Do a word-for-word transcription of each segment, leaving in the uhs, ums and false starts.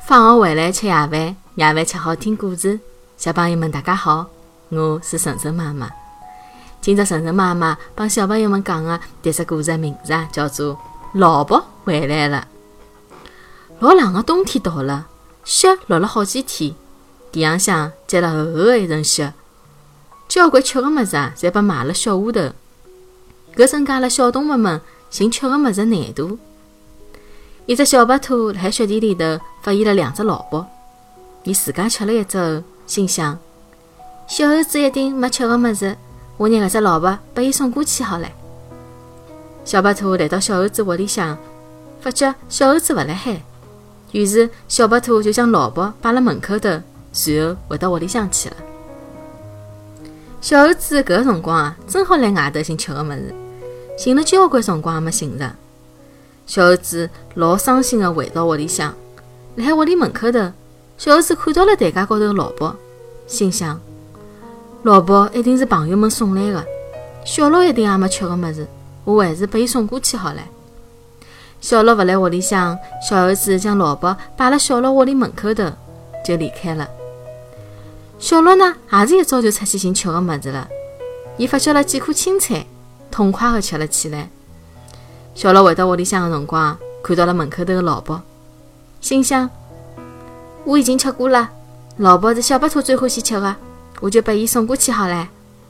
放学回来吃夜饭，夜饭吃好听故事。小朋友们大家好，我是晨晨妈妈。今朝晨晨妈妈帮小朋友们讲的迭只故事的名字啊，叫做《老婆回来了》。老冷的冬天到了，雪落了好几天，地浪向积了厚厚的一层雪。交关吃的物事啊，侪被埋了雪下头，搿增加了小动物们寻吃的物事难度。一只小白兔辣海雪地里头发现了两只萝卜，伊自家吃了一只后，心想：小猴子一定没吃的物事，我拿搿只萝卜拨伊送过去好了。小白兔来到小猴子窝里向，发觉小猴子勿辣海，于是小白兔就将萝卜摆辣门口头，随后回到窝里向去了。小猴子搿个辰光啊，正好来外头寻吃的物事，寻了交关辰光也没寻着。小猴子老伤心地回到窝里向，辣海窝里门口头，小猴子看到了台阶高头的萝卜，心想：萝卜一定是朋友们送来的，小鹿一定也没吃的物事，我还是拨伊送过去好了。小鹿勿来窝里向，小猴子将萝卜摆辣小鹿窝里门口头，就离开了。小鹿呢，也是一早就出去寻吃的物事了，伊发觉了几颗青菜，痛快地吃了起来。小鹿回到窝里向的辰光，看到了门口头的萝卜，心想：我已经吃过了，萝卜是小白兔最欢喜吃的，我就拨伊送过去好了。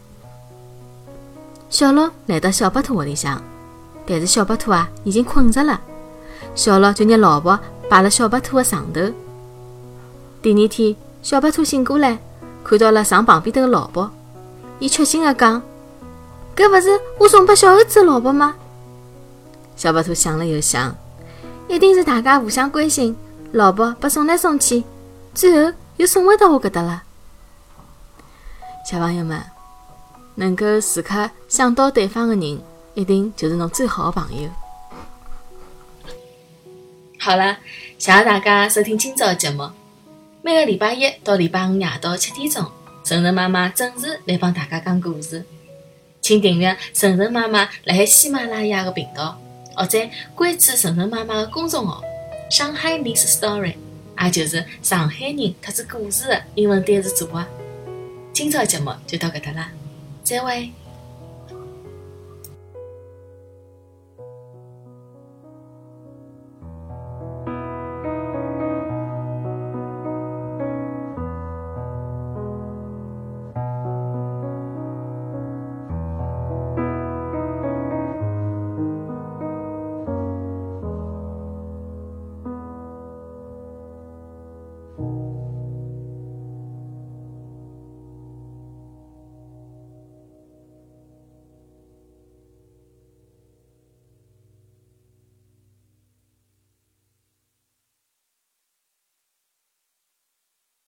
小鹿来到小白兔窝里向，但是小白兔啊已经困着了，小鹿就拿萝卜摆辣小白兔的床头。第二天，小白兔醒过来，看到了床旁边头的萝卜，伊吃惊地讲：搿勿是我送拨小猴子的萝卜吗？小白兔想了又想，一定是大家互相关心，萝卜被送来送去，最后又送回到我搿搭了。小朋友们，能够时刻想到对方的人，一定就是侬最好的朋友。好了，谢谢大家收听今朝的节目。每个礼拜一到礼拜五夜到七点钟，晨晨妈妈准时来帮大家讲故事。请订阅晨晨妈妈辣海喜马拉雅的频道，或者关注晨晨妈妈的公众号“上海 Liz Story”， 也就是上海人特指故事的英文单词组合。今朝的节目就到搿搭啦，再会。